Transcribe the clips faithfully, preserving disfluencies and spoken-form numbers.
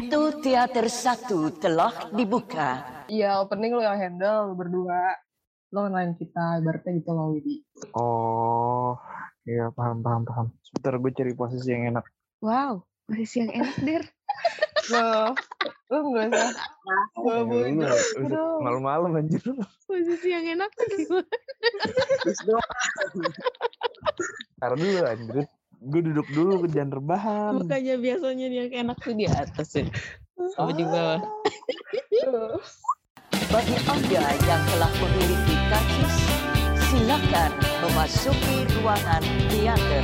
Pintu teater satu telah dibuka. Iya, opening lo yang handle berdua. Lo kenalin kita, ibaratnya gitu loh, Widi. Oh, iya paham, paham, paham. Sebentar gue cari posisi yang enak. Wow, posisi yang enak, Der. Lo, lo gak usah. Gue Ya, lu bujuk. udah malam-malam anjir. Posisi yang enak tuh gimana? Taruh dulu anjir. Gue duduk dulu ke jangan rebahan. Makanya biasanya yang enak tuh di atas ya. Sama di bawah. Bagi Anda yang telah memiliki karcis, silakan memasuki ruangan teater.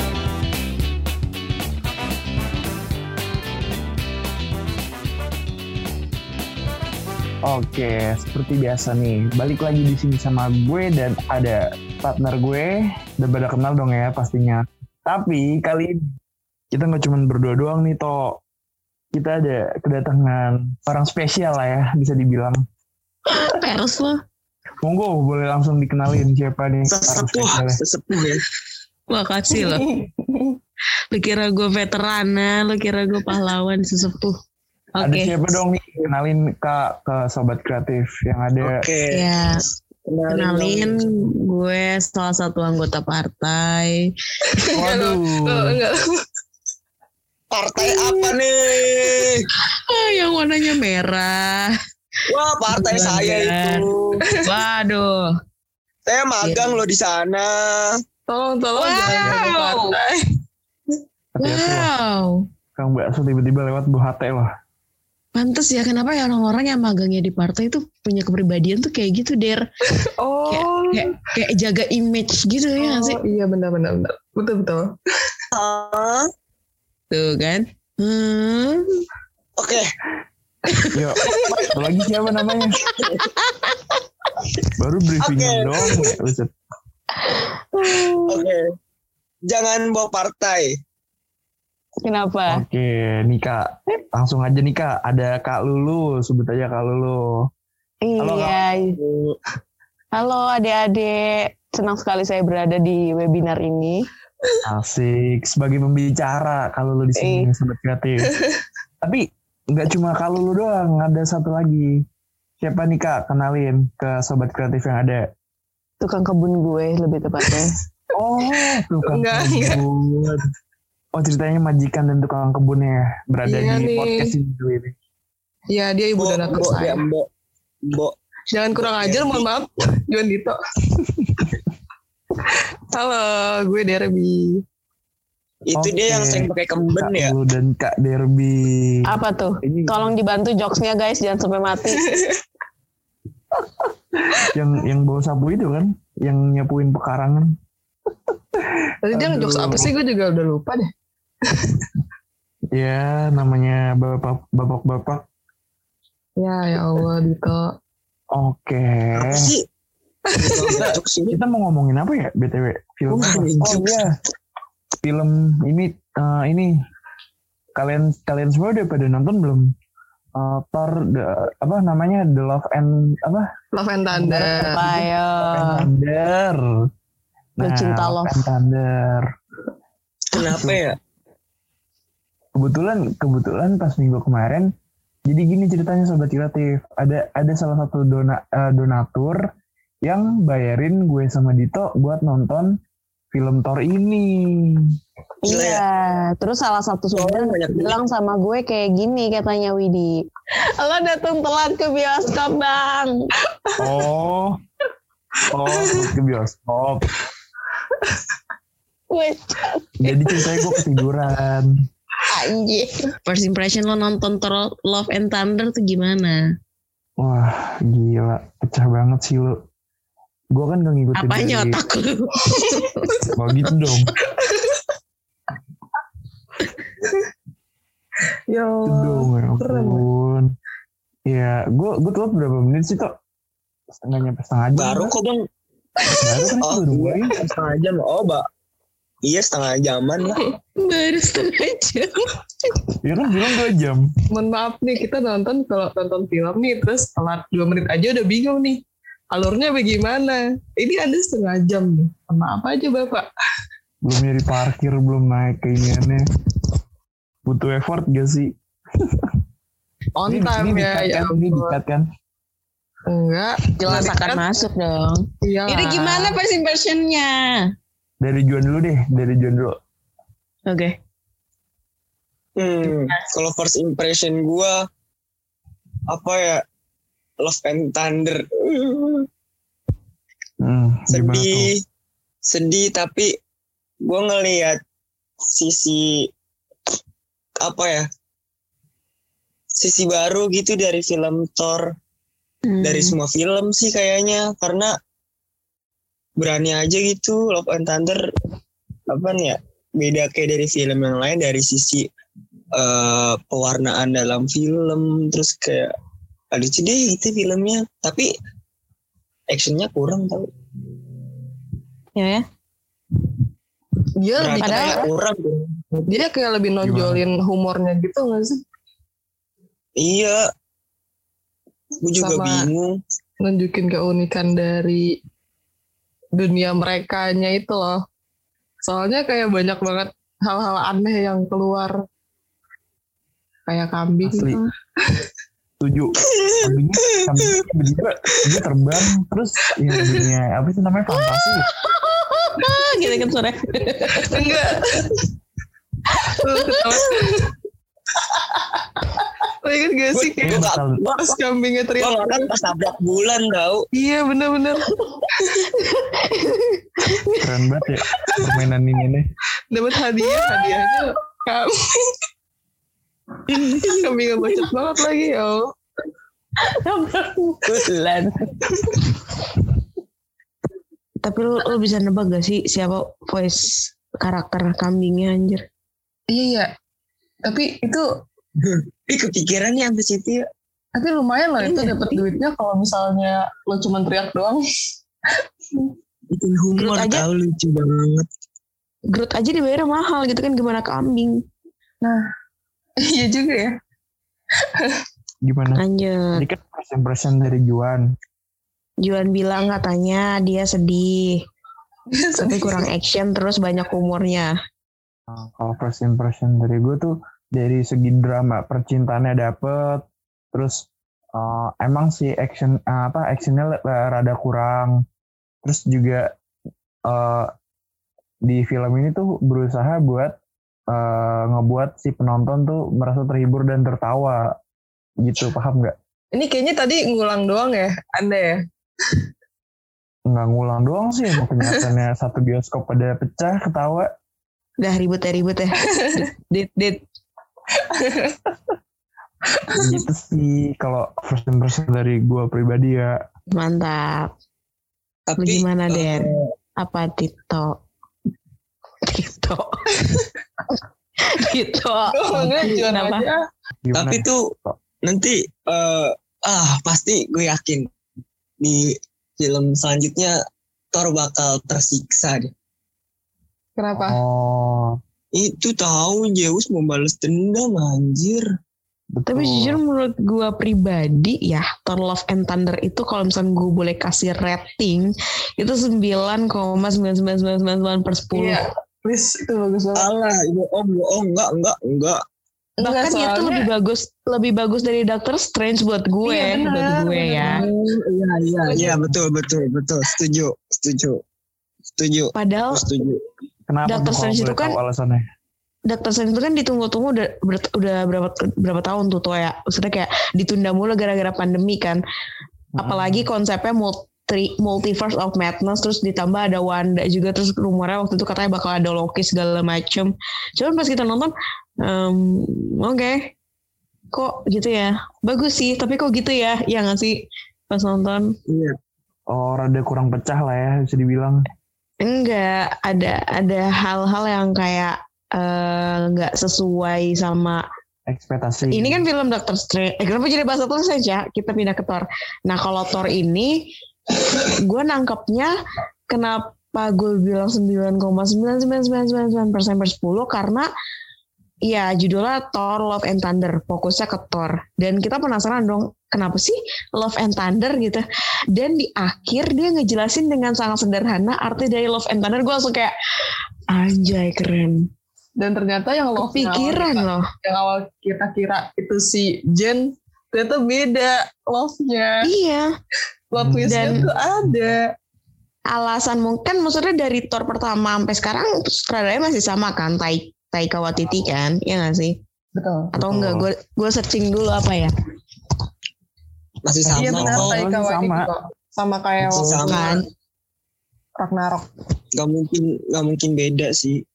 Oke, seperti biasa nih, balik lagi di sini sama gue dan ada partner gue. Udah pada kenal dong ya pastinya. Tapi kali ini kita nggak cuma berdua doang nih, Tok. Kita ada kedatangan orang spesial lah ya, bisa dibilang. Pers lo. Monggo, boleh langsung dikenalin siapa nih orang Sesepuh, spesialnya. sesepuh ya. Makasih lo. Lu kira gue veteran, lu kira gue pahlawan sesepuh. Oke. Ada siapa dong nih? Kenalin Kak ke Sobat Kreatif yang ada. Oke. Ya, Kenalin, kenalin dong. gue salah satu anggota partai. Waduh. Enggak. Partai apa nih? Ah, yang warnanya merah. Wah, partai Bukan. saya itu. Waduh. Saya magang loh di sana. Tolong, tolong. Wow. Jangan ganggu partai. Hati-hati loh. Wow. Kang Bakso tiba-tiba lewat Bu H T loh. Pantes ya kenapa ya orang-orang yang magangnya di partai tuh punya kepribadian tuh kayak gitu, Der. Oh. Kayak, kayak, kayak jaga image gitu ya nggak sih? Oh, iya benar benar benar. Betul betul. Hah? Tuh kan. Hmm. Oke. Yuk, satu lagi siapa namanya? Baru briefingan Oke. doang ya, Ustaz. Oke. Jangan bawa partai. Kenapa? Oke, nih Kak. Langsung aja nih Kak. Ada Kak Lulu, sebut aja Kak Lulu. Halo, Iya. Halo adik-adik. Senang sekali saya berada di webinar ini. Asik, sebagai pembicara Kak Lulu di sini, Sobat Kreatif. Tapi nggak cuma Kak Lulu doang, ada satu lagi. Siapa nih Kak? Kenalin ke Sobat Kreatif yang ada. Tukang kebun gue lebih tepatnya. Oh, tukang Enggak, enggak. kebun. Oh, ceritanya majikan dan tukang kebunnya berada Iya di nih. podcast ini. Iya, dia ibu dan anak Mbok saya. ya, Mbok. Mbok. Jangan kurang ajar, mohon maaf. Juan Dito. Halo, gue Derby. Itu Oke. dia yang sering pakai kemben Kak ya. Lulu dan Kak Derby. Apa tuh? Ini Tolong dibantu jokesnya guys, jangan sampai mati. yang yang bawa sapu itu kan, yang nyapuin pekarangan. Tadi dia ngejokes Aduh. apa sih? Gue juga udah lupa deh. Ya, namanya bapak bapak-bapak. Ya, ya Allah, Dito. Oke. Apa sih? Masuk sini. Kita mau ngomongin apa ya, B T W? Film Oh, apa? ngomongin Oh jokes. iya. Film ini eh, ini kalian kalian semua udah pada nonton belum? Eh, Thor the- apa namanya? The Love and apa? Love and Thunder. Ayo. Thunder. Nah, Cinta Love. and Thunder. Kenapa ya? Kebetulan kebetulan pas minggu kemarin, jadi gini ceritanya Sobat Kreatif, ada ada salah satu dona, eh, donatur yang bayarin gue sama Dito buat nonton film Thor ini. Gila ya. Iya, terus salah satu sumber Oh, banyak bilang sama gue kayak gini katanya Widi. Lo datang telat ke bioskop bang. Oh, oh ke bioskop. Gue Jadi ceritanya gue ketiduran. anjir. First impression lo nonton Thor Love and Thunder tuh gimana? Wah gila, pecah banget sih lo. Gue kan gak ngikutin Apanya dari... otak lu? Oh gitu dong. Yo, Gitu dong ya keren. ampun. Ya, gue gue telat berapa menit sih Tok? Setengah nyampe setengah jam. Baru kok bang. Baru kan Oh itu baru iya, mulai. setengah jam. Oh, Mbak. Iya, setengah jaman lah. Baru setengah jam. Ya kan bilang dua jam. Mohon maaf nih, kita nonton kalau nonton film nih, terus telat dua menit aja udah bingung nih. Alurnya bagaimana? Ini ada setengah jam nih. Sama apa aja Bapak? Belum nyari parkir, belum naik ke iniannya. Butuh effort gak sih? On Ini- time ini ya. di-cut Ya kan, ini ampun. di-cut kan. Enggak. Jelas Nggak akan di-cut. masuk dong. Iya. Jadi gimana first impressionnya? Dari Juan dulu deh, dari Juan dulu. Oke. Hmm, kalau first impression gua apa ya? Love and Thunder. Uh, Hmm, gimana tuh? sedih, sedih tapi gua ngelihat sisi apa ya? Sisi baru gitu dari film Thor. Hmm. Dari semua film sih kayaknya, karena berani aja gitu Love and Thunder apa nih ya, beda kayak dari film yang lain dari sisi eh, pewarnaan dalam film, terus kayak ada deh gitu filmnya, tapi actionnya kurang tau, Ya ya. Dia lebih berarti Padahal- kayak kurang tuh. dia kayak lebih nonjolin humornya gitu nggak sih? Iya, gue juga Sama- bingung. Nunjukin keunikan dari dunia merekanya itu loh. Soalnya kayak banyak banget hal-hal aneh yang keluar. Kayak kambing. Asli. Setuju. Kambingnya, kambingnya tiba-tiba dia terbang, terus yang dunia apa sih namanya, fantasi. Ah, gitu kan suara. Enggak. Lu ketawa. Lo inget gak sih Gue kayak gak, pas kambingnya gue teriak. gak kan pas tabrak bulan tau. Iya bener-bener. Keren banget ya permainan ini nih. Dapat hadiah. Hadiahnya kambing. Kambingnya bacot banget lagi. Oh. Bulan. Tapi lu, lu bisa nebak gak sih siapa voice karakter kambingnya anjir? Iya ya. Tapi itu Ih kepikiran nih sampai situ ya. tapi lumayan lah itu Iya. dapat duitnya kalau misalnya lo cuma teriak doang. Bikin humor Groot aja. tau, lucu banget. Groot aja dibayar mahal gitu kan, gimana kambing? Iya juga ya. Gimana? Lanjut. Jadi kan first impression dari Juan. Juan bilang katanya dia sedih, tapi kurang action terus banyak humornya. Nah, kalau first impression dari gue tuh dari segi drama percintaannya dapet, terus uh, emang sih action uh, apa actionnya l- rada kurang, terus juga uh, di film ini tuh berusaha buat uh, ngebuat si penonton tuh merasa terhibur dan tertawa gitu, paham nggak? Ini kayaknya tadi ngulang doang ya, Anda ya? Nggak ngulang doang sih, emang kenyataannya satu bioskop pada pecah ketawa. Udah ribut ya ribut ya. Dit dit. Gitu sih kalau first impression dari gue pribadi ya. Mantap. Lu Tapi gimana eh, Den? Apa Tito? Tito. Tito. Oh, enggak, Juan Kenapa? aja. Gimana? tapi tuh nanti eh, ah pasti gue yakin di film selanjutnya Thor bakal tersiksa deh. Kenapa? Oh, Itu tahu Zeus mau balas dendam anjir. betul. Tapi jujur menurut gue pribadi ya, Thor Love and Thunder itu kalau misalnya gue boleh kasih rating itu sembilan koma sembilan sembilan sembilan sembilan sembilan per sepuluh. Iya, please itu bagus banget. Alah, bohong, bohong, enggak, enggak, enggak. Bahkan Enggak, itu soalnya- lebih bagus lebih bagus dari Doctor Strange buat gue, Iya, benar, buat gue ya. Iya, iya, iya, betul, betul, betul. Setuju, setuju, setuju, Padahal setuju. Kenapa Doctor tuh kalau Strange itu boleh kan- tahu alasannya? Doctor Strange itu kan ditunggu-tunggu udah ber- udah berapa berapa tahun tuh tuh ya. Maksudnya kayak ditunda mulu gara-gara pandemi kan. Apalagi konsepnya multi multiverse of madness, terus ditambah ada Wanda juga, terus rumornya waktu itu katanya bakal ada Loki segala macem. Cuman pas kita nonton, em, oke, kok gitu ya? Bagus sih, tapi kok gitu ya? Ya nggak sih pas nonton? Iya. Oh, rada kurang pecah lah ya bisa dibilang. Enggak, ada ada hal-hal yang kayak eh, nggak sesuai sama. Ekspektasi. Ini kan film Doctor Strange. Eh, kenapa jadi bahasa Thor saja? Kita pindah ke Thor. Nah, kalau Thor ini, gue nangkepnya kenapa gue bilang sembilan koma sembilan sembilan sembilan sembilan sembilan persen per sepuluh karena ya judulnya Thor Love and Thunder, fokusnya ke Thor. Dan kita penasaran dong, kenapa sih Love and Thunder gitu? Dan di akhir dia ngejelasin dengan sangat sederhana arti dari Love and Thunder. Gue langsung kayak, anjay keren. Dan ternyata yang love Pikiran loh. yang awal kita kira itu si Jen ternyata beda love-nya. Iya. Plot twist-nya Dan- tuh ada. Alasan mungkin maksudnya dari Thor pertama sampai sekarang sutradaranya masih sama kan, Tai Taika Waititi kan, ya nggak sih? Betul. Atau Betul. enggak? Gue gue searching dulu apa ya? Masih sama. Iya benar, Oh, Taika sama. Waititi kok. Sama kayak Masih waktu sama. Kan? Ragnarok. Gak mungkin, gak mungkin beda sih.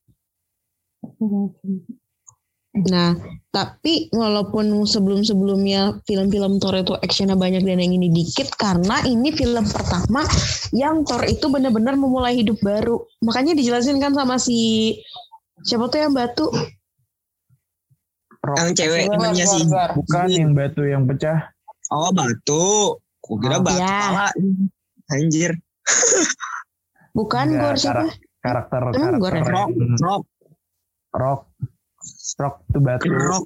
Nah, tapi walaupun sebelum-sebelumnya film-film Thor itu actionnya banyak dan yang ini dikit, karena ini film pertama yang Thor itu benar-benar memulai hidup baru. Makanya dijelasin kan sama si siapa tuh yang batu? Rock. Yang cewek Keluar, namanya keluar, sih. keluar. Bukan yang batu yang pecah. Oh batu. Aku kira Oh. batu Ya. pala. Anjir. Bukan Enggak, Gor siapa? Karakter Emang Gor ya? karakter Rock. yang- Rock. rock rock itu batu. Rock.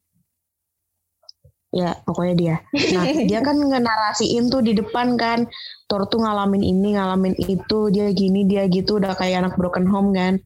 Ya, pokoknya dia. Nah, dia kan ngenarasiin tuh di depan kan, Thor tuh ngalamin ini, ngalamin itu, dia gini, dia gitu, udah kayak anak broken home kan.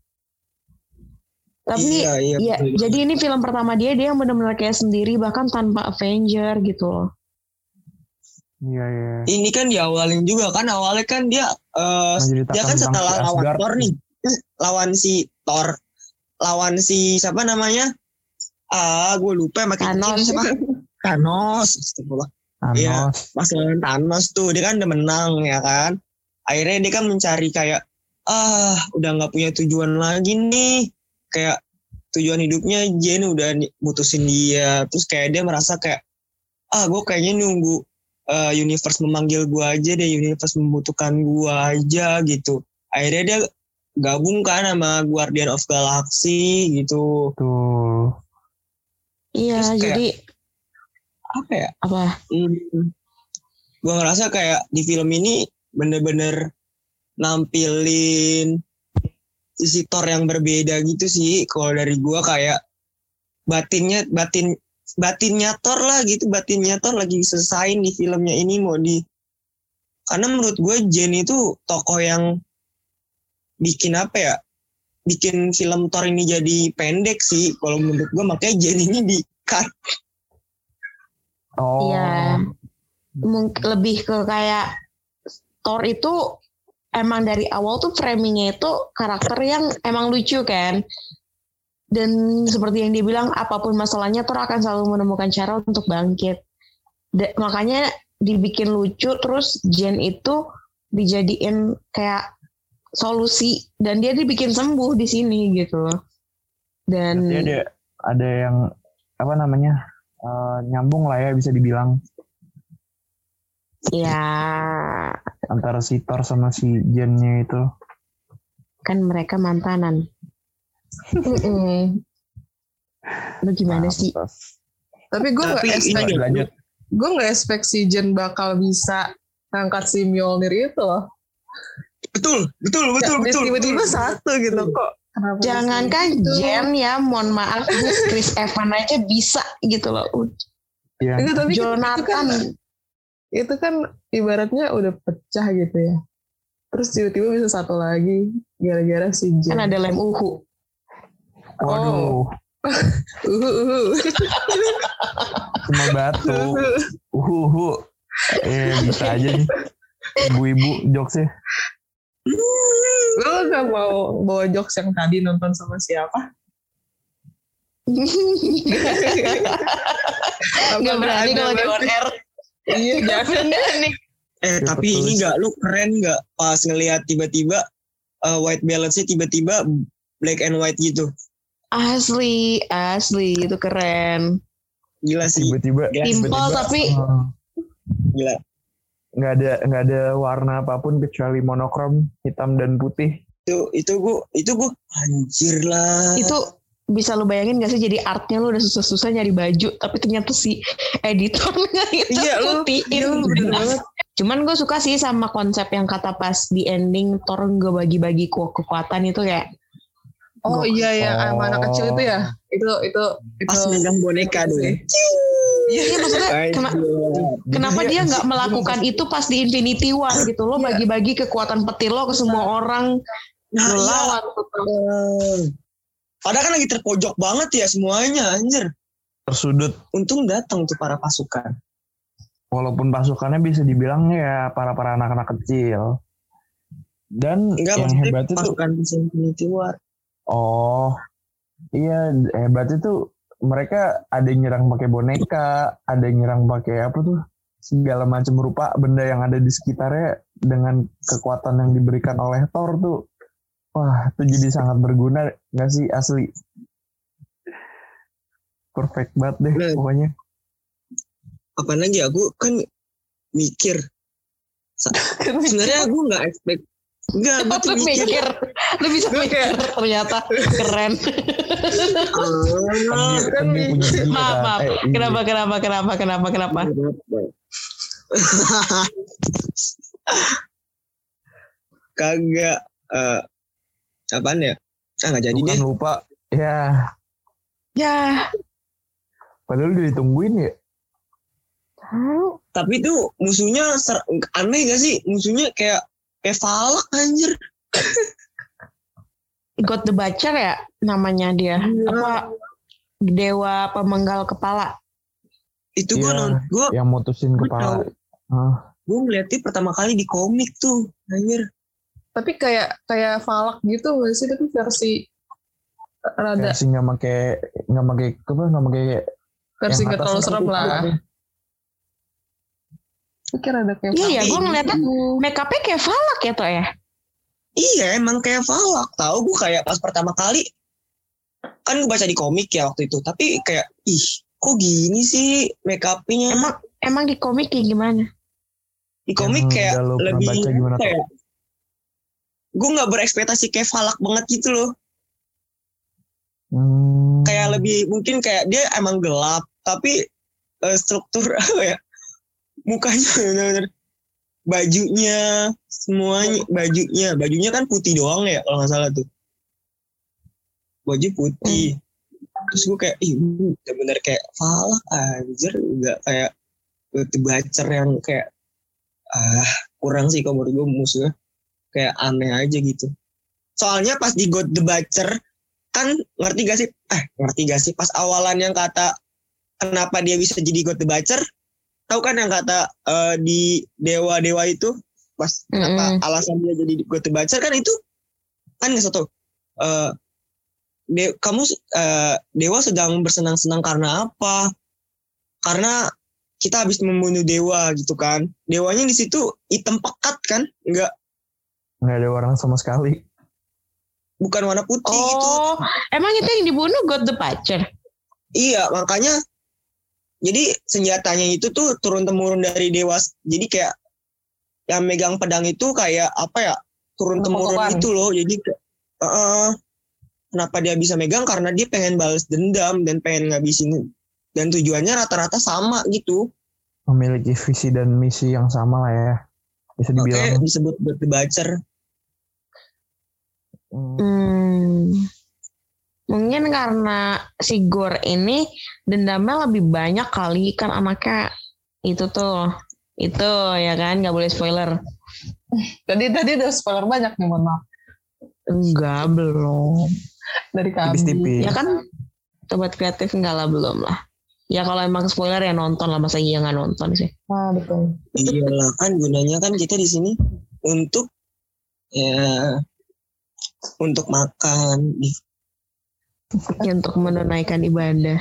Tapi Iya, iya, ya, betul. jadi ini film pertama dia, dia yang benar-benar kayak sendiri, bahkan tanpa Avenger gitu loh. Iya iya. Ini kan diawalin juga kan, awalnya kan dia eh, Menceritakan dia kan tentang setelah si lawan Asgard. Thor nih, kan lawan si Thor, lawan si siapa namanya? Ah, gue lupa makin Thanos. kecil siapa? Thanos. Astagfirullah. Iya. Thanos. Pas lawan Thanos tuh dia kan udah menang ya kan. Akhirnya dia kan mencari kayak ah udah nggak punya tujuan lagi nih. Kayak tujuan hidupnya Jen udah ni- mutusin dia. Terus kayak dia merasa kayak ah gue kayaknya nunggu uh, universe memanggil gue aja deh, universe membutuhkan gue aja gitu. Akhirnya dia gabung kan sama Guardian of Galaxy gitu. Tuh. Iya, Terus kayak- jadi Apa ya? apa? Hmm. Gue ngerasa kayak di film ini bener-bener nampilin sisi Thor yang berbeda gitu sih. Kalau dari gue kayak batinnya batin batinnya Thor lah gitu, batinnya Thor lagi diselesain di filmnya ini mau di. Karena menurut gue Jen itu tokoh yang bikin apa ya? Bikin film Thor ini jadi pendek sih. Kalau menurut gue makanya Jen ini di cut. Oh. Iya. Mungkin lebih ke kayak Thor itu emang dari awal tuh framingnya itu karakter yang emang lucu kan. Dan seperti yang dia bilang, apapun masalahnya Thor akan selalu menemukan cara untuk bangkit. Da- makanya dibikin lucu, terus Jen itu dijadiin kayak solusi dan dia dibikin sembuh di sini gitu loh. Dan Berarti ada ada yang apa namanya eh, nyambung lah ya bisa dibilang ya antara si Thor sama si Jennya itu. kan mereka mantanan. Mm-mm. Lu gimana sih? Pantes. Tapi gue nggak Tapi expect, ini- Lanjut. gue nggak expect si Jen bakal bisa ngangkat si Mjolnir itu loh. Betul, betul, betul, Ya, betul. tiba-tiba betul. satu gitu kok. Kenapa Jangankan bisa gitu? Jen ya, mohon maaf, ini Chris Evans aja bisa gitu loh. Iya. Enggak, tapi kan itu kan, Jonathan, itu kan ibaratnya udah pecah gitu ya. Terus tiba-tiba bisa satu lagi gara-gara si Jen. kan ada lem uhu. Waduh, Uhu, uhu. cuma batu. Uhu, uhu. Eh bisa aja nih. Ibu-ibu jokesnya. Lo gak mau bawa jokes yang tadi nonton sama siapa? Gak berani kalau di on air. Iya, jangan. Eh Ya, tapi betul ini sih. nggak lu keren nggak pas ngelihat tiba-tiba uh, white balance-nya tiba-tiba black and white gitu. Asli, asli itu keren. Gila sih. Tiba-tiba. Gila, Simple tiba-tiba, tapi eh, Gila. nggak ada nggak ada warna apapun kecuali monokrom hitam dan putih. Itu itu gua itu gua anjir lah. itu bisa lu bayangin gak sih, jadi artnya lu udah susah-susah nyari baju, tapi ternyata si editor itu Iya, lu- putihin. iya, lu bener banget. Cuman gue suka sih sama konsep yang kata pas di ending Thor gue bagi-bagi ke- kekuatan itu kayak Oh Gokil. iya ya, sama anak kecil itu ya. Itu itu itu. Pas megang boneka dulu. sih. iya maksudnya kena- Anjir. kenapa dia nggak melakukan itu pas di Infinity War gitu lo, Iya. bagi-bagi kekuatan petir lo ke semua orang, Nah, lo iya. lawan. Padahal kan lagi terpojok banget ya semuanya anjir. Tersudut. Untung datang tuh para pasukan. walaupun pasukannya bisa dibilang ya para-para anak-anak kecil. Dan Enggak, yang maksudnya hebat itu pasukan Infinity War. oh iya hebat itu mereka ada yang nyerang pakai boneka, ada yang nyerang pakai apa tuh segala macam rupa benda yang ada di sekitarnya dengan kekuatan yang diberikan oleh Thor tuh. Wah, itu jadi sangat berguna nggak sih asli? Perfect banget deh Nah, pokoknya. Apa lagi aku kan mikir. Sa- Sebenarnya aku nggak expect. Enggak, gue tuh Lu mikir. mikir, lu bisa mikir ternyata keren. Ah, Kan dia punya dia Maaf, kan. maaf. Eh, iya. Kenapa, kenapa, kenapa, kenapa, kenapa? Kagak. eh apaan ya? Ah nggak jadi Bukan deh. lupa. Ya, Ya, padahal udah ditungguin ya. Tapi tuh musuhnya ser- aneh gak sih? Musuhnya kayak kayak Falak anjir. God the Butcher ya namanya dia. Apa dewa pemenggal kepala. Itu gue Iya, non, gue Yang mutusin Gua kepala. tahu. Ah, gue ngeliatnya pertama kali di komik tuh anjir. Tapi kayak kayak Falak gitu nggak sih? Tapi versi rada versi nggak pakai nggak pakai apa nggak pakai versi yang nggak terlalu atasnya serem tuh, lah. iya. Pikir ada kayak Iya, ya, Tapi gue ngeliatnya gitu. make up-nya kayak Falak ya toh ya. Iya emang kayak Falak. Tahu gue kayak pas pertama kali kan gue baca di komik ya waktu itu. Tapi kayak ih kok gini sih make up-nya. Emang emang di komik kayak gimana? Di komik Yang kayak udah lo pernah lebih baca gimana tuh? kayak gue nggak berekspektasi kayak Falak banget gitu loh. Hmm. Kayak lebih mungkin kayak dia emang gelap tapi eh, struktur apa ya mukanya bener-bener bajunya semuanya bajunya bajunya kan putih doang ya kalau nggak salah tuh baju putih terus gue kayak ih bener-bener kayak Falak anjir nggak kayak God the Butcher yang kayak ah kurang sih kalau menurut gue musuhnya kayak aneh aja gitu. Soalnya pas di God the Butcher kan ngerti gak sih? Eh ngerti gak sih? Pas awalan yang kata kenapa dia bisa jadi God the Butcher, tahu kan yang kata uh, di dewa-dewa itu pas mm-hmm. kenapa alasan dia jadi God the Butcher kan itu kan nggak satu. Uh, de- kamu uh, dewa sedang bersenang-senang karena apa? Karena kita habis membunuh dewa gitu kan. Dewanya di situ hitam pekat kan? Enggak nggak ada warna sama sekali. Bukan warna putih oh, gitu. Oh, emang itu yang dibunuh God the Butcher? Iya, makanya jadi senjatanya itu tuh turun temurun dari dewa. Jadi kayak yang megang pedang itu kayak apa ya? Turun temurun itu loh. Jadi uh, kenapa dia bisa megang? Karena dia pengen balas dendam dan pengen ngabisin. Dan tujuannya rata-rata sama gitu. Memiliki visi dan misi yang sama lah ya. Bisa dibilang. Oke, disebut God the Butcher. Hmm, mungkin karena si Gore ini dendamnya lebih banyak kali kan anaknya itu tuh itu ya kan nggak boleh spoiler. Tadi tadi udah spoiler banyak nih mohon maaf. Enggak belum. Dari kami. Tipis-tipis. Ya kan sobat kreatif enggak lah belum lah. Ya kalau emang spoiler ya nonton lah masa iya nggak nonton sih. Ah betul. Iyalah kan gunanya kan kita di sini untuk ya untuk makan, Ya, untuk menunaikan ibadah.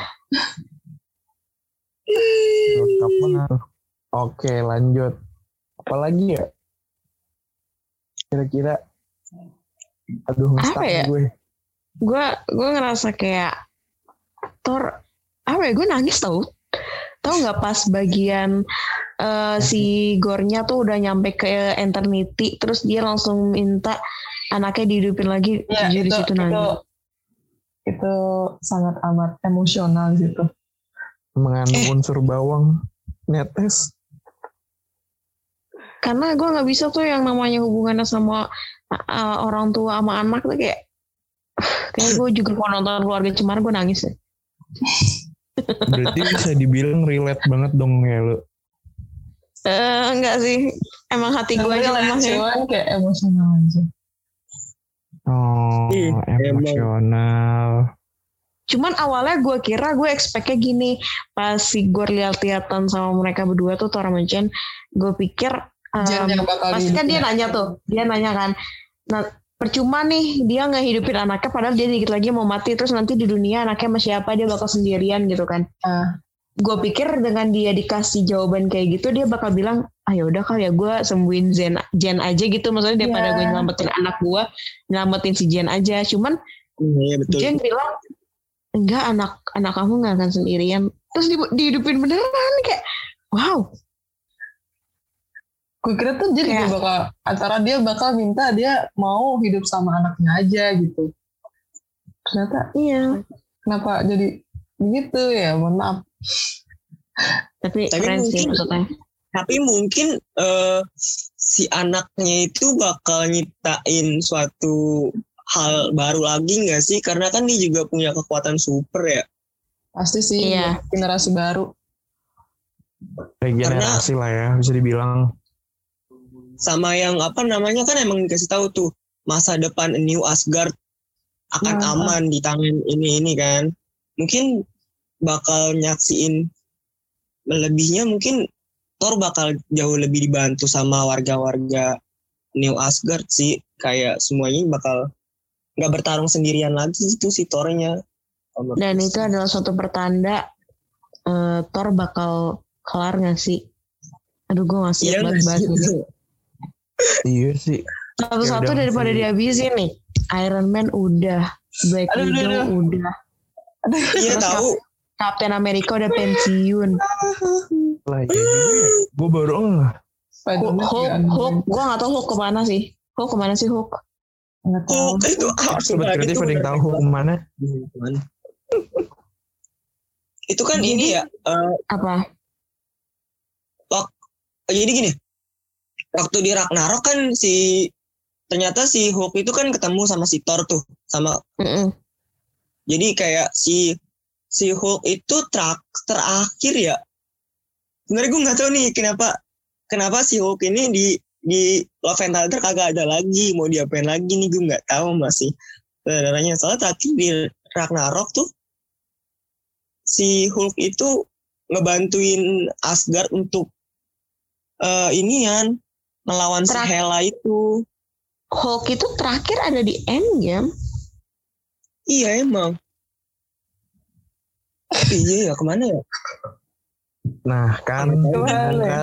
Lengkap banget. Oke lanjut. Apalagi ya? Kira-kira. Aduh ngestak Apa ya? gue. Gue gue ngerasa kayak Thor apa ya gue nangis tau. Tahu nggak pas bagian uh, si Gore-nya tuh udah nyampe ke Eternity terus dia langsung minta anaknya dihidupin lagi Ya, jujur itu, di situ itu, nangis. itu sangat amat emosional di situ. Mengandung Eh. unsur bawang netes. Karena gue nggak bisa tuh yang namanya hubungannya sama uh, orang tua sama anak tuh kayak kayak gue juga kalau nonton Keluarga Cemara gue nangis ya. Berarti bisa dibilang relate banget dong ya lo. Eh enggak sih, emang hati gue aja lemah ya. Cuman kayak emosional aja. Oh, Ih, emosional. Cuman awalnya gue kira gue expect-nya gini, pas si gue lihat-lihatan sama mereka berdua tuh Thor sama Jane, gue pikir um, Jen yang bakal pasti kan dia dihidupin. nanya tuh, dia nanya kan, nah percuma nih dia nggak hidupin anaknya padahal dia dikit lagi mau mati, terus nanti di dunia anaknya sama siapa, dia bakal sendirian gitu kan. Ah. Gue pikir dengan dia dikasih jawaban kayak gitu dia bakal bilang, ah ya udah kali ya gue sembuhin Jen, Jen aja gitu, maksudnya daripada Iya. gue nyelamatin anak gue, nyelamatin si Jen aja. Cuman Iya betul. Jen bilang enggak, anak anak kamu nggak akan sendirian, terus di, dihidupin beneran. Kayak wow. Gue kira tuh jadi Kayak- dia bakal antara dia bakal minta dia mau hidup sama anaknya aja gitu. Ternyata Iya, kenapa jadi begitu ya? Mohon maaf. tapi, Tapi keren sih mungkin- maksudnya. Tapi mungkin eh, si anaknya itu bakal nyiptain suatu hal baru lagi nggak sih? Karena kan dia juga punya kekuatan super ya. Pasti sih Iya. generasi baru. Regenerasi lah ya, bisa dibilang. Sama yang apa namanya kan emang dikasih tahu tuh masa depan New Asgard akan Nah, aman di tangan ini ini kan. Mungkin bakal nyaksiin lebihnya, mungkin Thor bakal jauh lebih dibantu sama warga-warga New Asgard sih. Kayak semuanya bakal nggak bertarung sendirian lagi gitu si Thor-nya. Dan itu adalah suatu pertanda eh, Thor bakal kelar nggak sih? Aduh gue nggak siap Iya banget bahas nggak ini. sih? Iya sih. Satu-satu Ya udah, daripada masih- dihabisin nih. Iron Man udah, Black Aduh, Widow aduh, aduh. udah, Iya Terus tahu. Captain America udah pensiun. Lah ya juga ya. Gue baru nggak. Spider-Man Hulk, juga Hulk, aneh. gue nggak tahu Hulk kemana sih. Hulk kemana sih Hulk? Nggak tahu. Oh, itu harus Sobat kreatif ada yang tahu Hulk kemana? Itu kan Jadi- ini ya. eh, Apa? jadi gini. Waktu di Ragnarok kan si ternyata si Hulk itu kan ketemu sama si Thor tuh, sama Mm-mm. jadi kayak si si Hulk itu terak, terakhir ya. Sebenarnya gue nggak tahu nih kenapa kenapa si Hulk ini di di Love and Thunder kagak ada lagi, mau diapain lagi nih gue nggak tahu masih saudaranya. Soalnya terakhir di Ragnarok tuh si Hulk itu ngebantuin Asgard untuk eh inian melawan si Terak- Hela itu. Hulk itu terakhir ada di Endgame. Iya emang. Tapi iya ya kemana ya? Nah kan, Kemana? kan.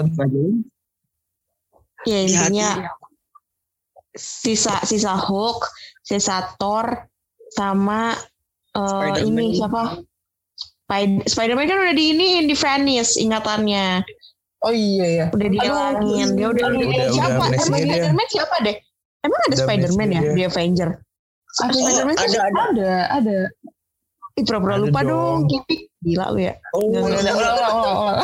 Ya Di intinya hati. sisa sisa Hulk, sisa Thor, sama eh, Spider-Man. ini siapa? Spider- Spider-Man kan udah di ini di Venice ingatannya. Oh iya ya. Udah dihilangin. Dia udah, Udah- udah siapa? amnesia Emang dia. Spider-Man siapa deh? Emang ada Udah Spider-Man ya amnesia di Avenger? Ada, Oh, Spider-Man tuh ada ada. ada, ada. Ih, pura-pura Ada lupa dong. dong. Kipik. Gila lu ya. Oh, Nggak, nggak, Ulang, ulang, ulang, ulang.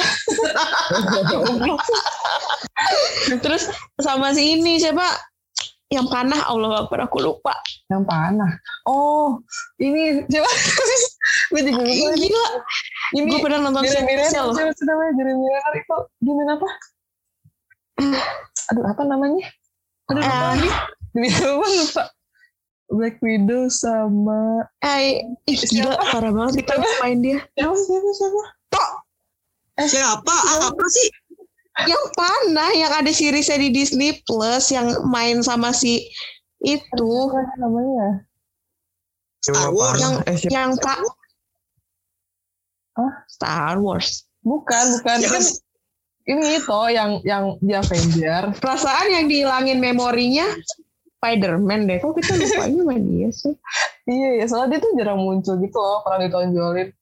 Terus sama si ini siapa? Yang panah, Allah Akbar, aku lupa. Yang panah. Oh, ini siapa? Gue juga lupa. Ih, lagi. gila. Ini Gue pernah nonton Jeremy Renner, Cell. siapa sih namanya? Jeremy Renner itu gimana apa? Aduh, apa namanya? Aduh, lupa Ah. lagi. Demi apa lupa. Black Widow sama Eh, ih, gila, parah banget kita main dia. siapa siapa siapa? siapa? Ah, apa sih? Yang panah, yang ada seriesnya di Disney Plus, yang main sama si itu, Apa namanya? Star Wars. Yang, eh, siapa? yang Pak Hah? Star Wars. Bukan, bukan. Yang- Kan ini itu yang yang di Avenger. Perasaan yang dihilangin memorinya Spider-Man deh. Kok kita lupanya sama dia sih? Iya, ya, soalnya dia tuh jarang muncul gitu loh, pernah ditonjolin.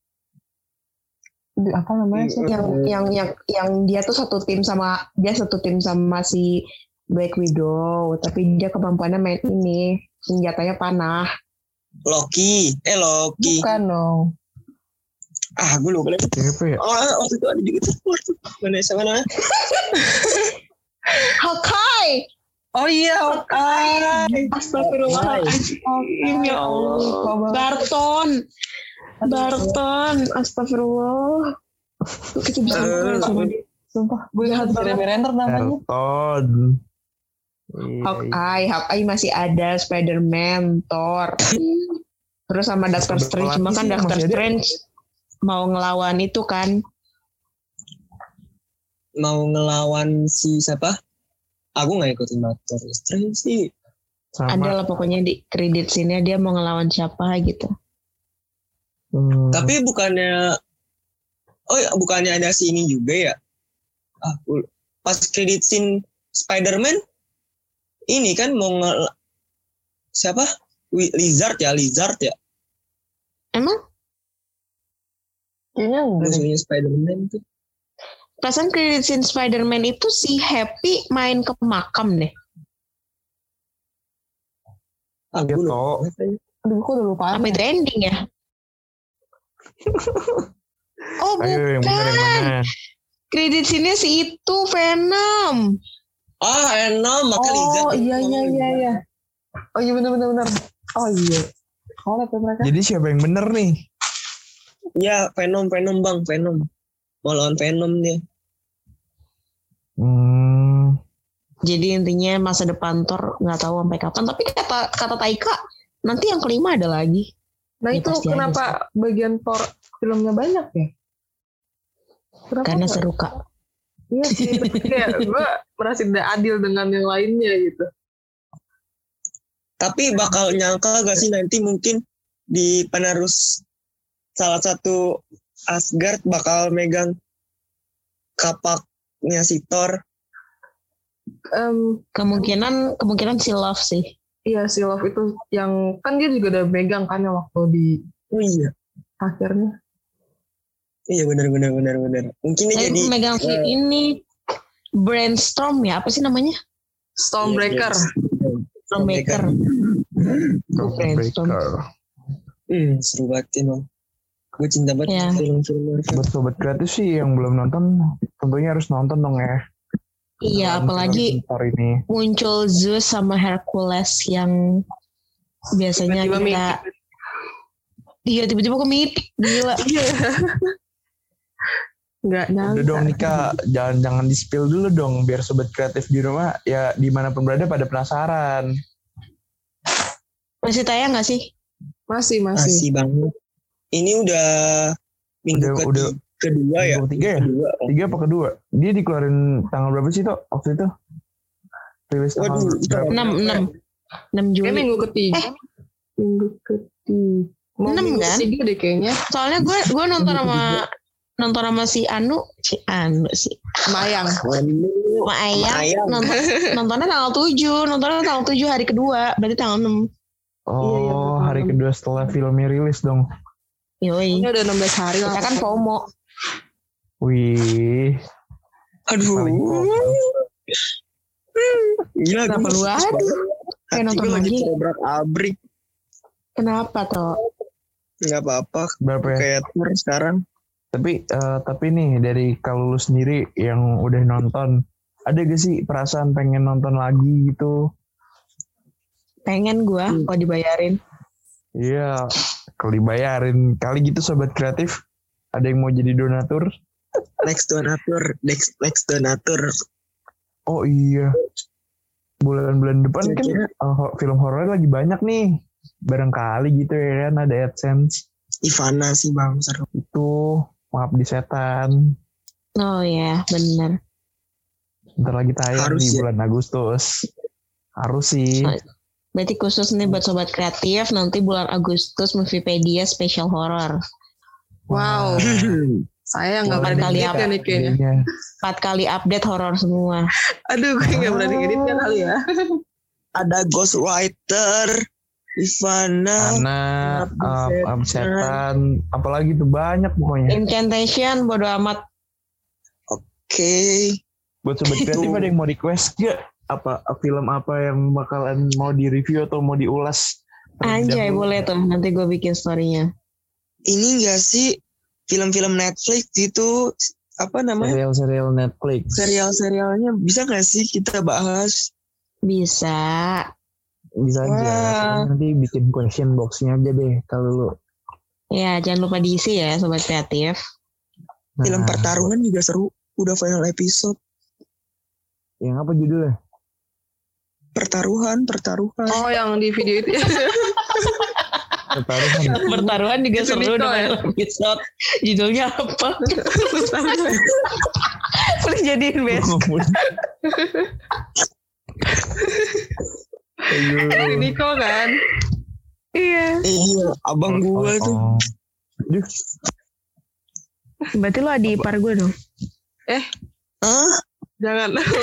Di- Apa namanya sih? Yang yang yang yang dia tuh satu tim sama dia satu tim sama si Black Widow, tapi dia kemampuannya main ini, senjatanya panah. Loki. Eh Loki. Bukan dong. Ah, gue lupa lagi. Siapa ya? Oh, waktu itu ada juga tuh. Mana sama namanya? Hawkeye. Oh iya, Hawkeye. Astagfirullahaladzim, ya Allah. Barton. Barton, astagfirullah. Tuh kita bisa ngobrol sama dia. Sumpah, gue ingat Jeremy Renner namanya. Elton. Iya, iya. Hawkeye, Hawkeye masih ada, Spider-Man, Thor. Terus sama Doctor Strange, cuma kan Doctor Strange mau ngelawan itu kan. Mau ngelawan si siapa? Aku nggak ikutin Doctor Strange sih. Sama. Ada lah pokoknya di kredit sini dia mau ngelawan siapa gitu. Hmm. Tapi bukannya, oh ya, bukannya ada si ini juga ya? Ah, pas kredit scene Spider-Man, ini kan mau nge, siapa? Lizard ya, Lizard ya. Emang? Kayaknya enggak. Musuhnya Spider-Man tuh. Perasaan kredit scene Spider-Man itu si Happy main ke makam deh. Aku Gitu. lupa. Aduh, aku udah lupa. Apa itu ending ya? Oh Ayo yang bener yang bukan. mana? Kredit scene-nya si itu Venom. Ah, enak, maka Lizard. Oh iya iya iya iya. Oh iya benar benar benar. Oh iya. Kolab ya mereka. Jadi siapa yang bener nih? Ya, Venom, Venom bang, Venom. Mau lawan Venom dia. Hmm. Jadi intinya masa depan Thor nggak tahu sampai kapan. Tapi kata kata Taika nanti yang kelima ada lagi. Nah Ya, itu pasti kenapa bagian Thor filmnya banyak ya? Kenapa Karena nggak? seru kak. Iya sih, tapi kayak gue merasa tidak adil dengan yang lainnya gitu. Tapi bakal nyangka gak sih nanti mungkin di penerus salah satu Asgard bakal megang kapaknya si Thor. Em, Kemungkinan kemungkinan si Love sih. iya si Love itu yang kan dia juga udah megang kan yang waktu di Oh iya. akhirnya. Iya benar benar benar benar. Mungkin dia Tapi jadi megang si uh, ini Brainstorm ya apa sih namanya? Stormbreaker. Stormbreaker. Brainstorm. Hmm, seru banget emang. Gue cinta banget Ya. film-film Marvel. Buat sobat kreatif sih yang belum nonton, tentunya harus nonton dong ya. Iya, apalagi Thor ini. muncul Zeus sama Hercules yang biasanya Tiba-tiba kita iya tiba-tiba kok mitik gila. Nggak Udah nyangka. dong Nika, jangan jangan di spill dulu dong biar sobat kreatif di rumah ya dimanapun berada pada penasaran. Masih tayang nggak sih? Masih masih. Masih banget. Ini udah minggu Udah- keti- udah- kedua ya. Minggu ketiga ya? Kedua. Tiga apa kedua? Dia dikeluarin tanggal berapa sih Tok waktu itu? Rilis tanggal Waduh, berapa? enam enam enam Kayak Juli. minggu ketiga. Eh. Minggu ketiga. Mau Enam minggu kan? ketiga deh kayaknya. Soalnya gue gue nonton sama nonton sama si Anu, si Anu si Mayang. Waduh. sama Ayang Ayang. nonton nontonnya tanggal tujuh, nontonnya tanggal tujuh hari kedua, berarti tanggal enam. Oh, Iya, iya, hari betul. kedua setelah filmnya rilis dong. Yoi. Ini udah enam belas hari lah. Kita kan FOMO. Wih. Aduh. Paling promo. Gila Kenapa gue lu masih- aduh? Hati Kayak nonton gue lagi lagi. terobrak abrik. Kenapa toh? Gak apa-apa. Berapa ya? Kayak tour sekarang. Tapi eh, tapi nih dari kalau lu sendiri yang udah nonton, ada gak sih perasaan pengen nonton lagi gitu? Pengen gue Hmm. kalau dibayarin. Iya, kalau dibayarin kali gitu sobat kreatif. Ada yang mau jadi donatur? Next donatur. Next, next donatur. Oh iya. Bulan-bulan depan kan Kira-kira eh, ho- film horor lagi banyak nih. Barangkali gitu ya kan ada AdSense. Ivana sih bang. Seru. Itu maaf di setan. Oh ya benar. Bentar lagi tayang Harus di ya. bulan Agustus. Harus sih. Berarti khusus nih buat sobat kreatif nanti bulan Agustus Moviepedia spesial horor. Wow. Saya nggak Boleh berani kali edit apa? ya nih kayaknya. Iya. Empat kali update horor semua. Aduh, gue nggak berani edit kan kali ya. Ada Ghostwriter. Ivana. Anak, Abdi uh, setan. Abdi setan, apalagi tuh banyak pokoknya. Incantation bodo amat. Oke. Buat sobat kreatif ada yang mau request gak? Apa film apa yang bakalan mau di review atau mau diulas? Anjay Dahulu. boleh tuh nanti gue bikin story-nya. Ini gak sih film-film Netflix itu apa namanya? Serial-serial Netflix. Serial-serialnya bisa gak sih kita bahas? Bisa. Bisa aja. Wah. Nanti bikin question box-nya aja deh kalau lu. Ya jangan lupa diisi ya sobat kreatif. Film Nah, pertarungan juga seru. Udah final episode. yang apa judulnya? Pertaruhan, pertaruhan. Oh, yang di video itu ya. Pertaruhan. Pertaruhan juga Itu seru Niko, dengan ya? episode. Judulnya apa? Boleh jadiin besok. Si Niko kan. Iya. Iya, abang gua tuh. Oh. Duh, Berarti lo adik ipar gue dong. Eh, Hah? jangan